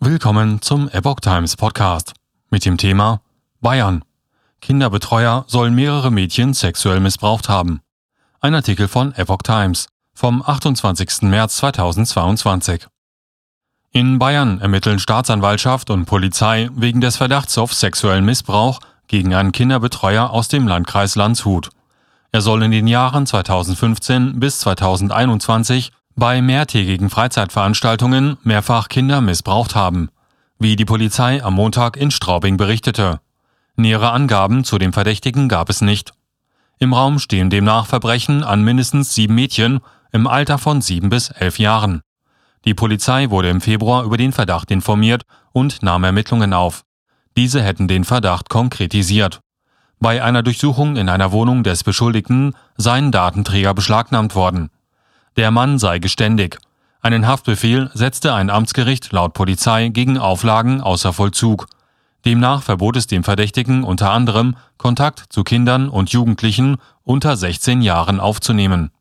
Willkommen zum Epoch Times Podcast mit dem Thema Bayern. Kinderbetreuer sollen mehrere Mädchen sexuell missbraucht haben. Ein Artikel von Epoch Times vom 28. März 2022. In Bayern ermitteln Staatsanwaltschaft und Polizei wegen des Verdachts auf sexuellen Missbrauch gegen einen Kinderbetreuer aus dem Landkreis Landshut. Er soll in den Jahren 2015 bis 2021 bei mehrtägigen Freizeitveranstaltungen mehrfach Kinder missbraucht haben, wie die Polizei am Montag in Straubing berichtete. Nähere Angaben zu dem Verdächtigen gab es nicht. Im Raum stehen demnach Verbrechen an mindestens 7 Mädchen im Alter von 7 bis 11 Jahren. Die Polizei wurde im Februar über den Verdacht informiert und nahm Ermittlungen auf. Diese hätten den Verdacht konkretisiert. Bei einer Durchsuchung in einer Wohnung des Beschuldigten seien Datenträger beschlagnahmt worden. Der Mann sei geständig. Einen Haftbefehl setzte ein Amtsgericht laut Polizei gegen Auflagen außer Vollzug. Demnach verbot es dem Verdächtigen unter anderem, Kontakt zu Kindern und Jugendlichen unter 16 Jahren aufzunehmen.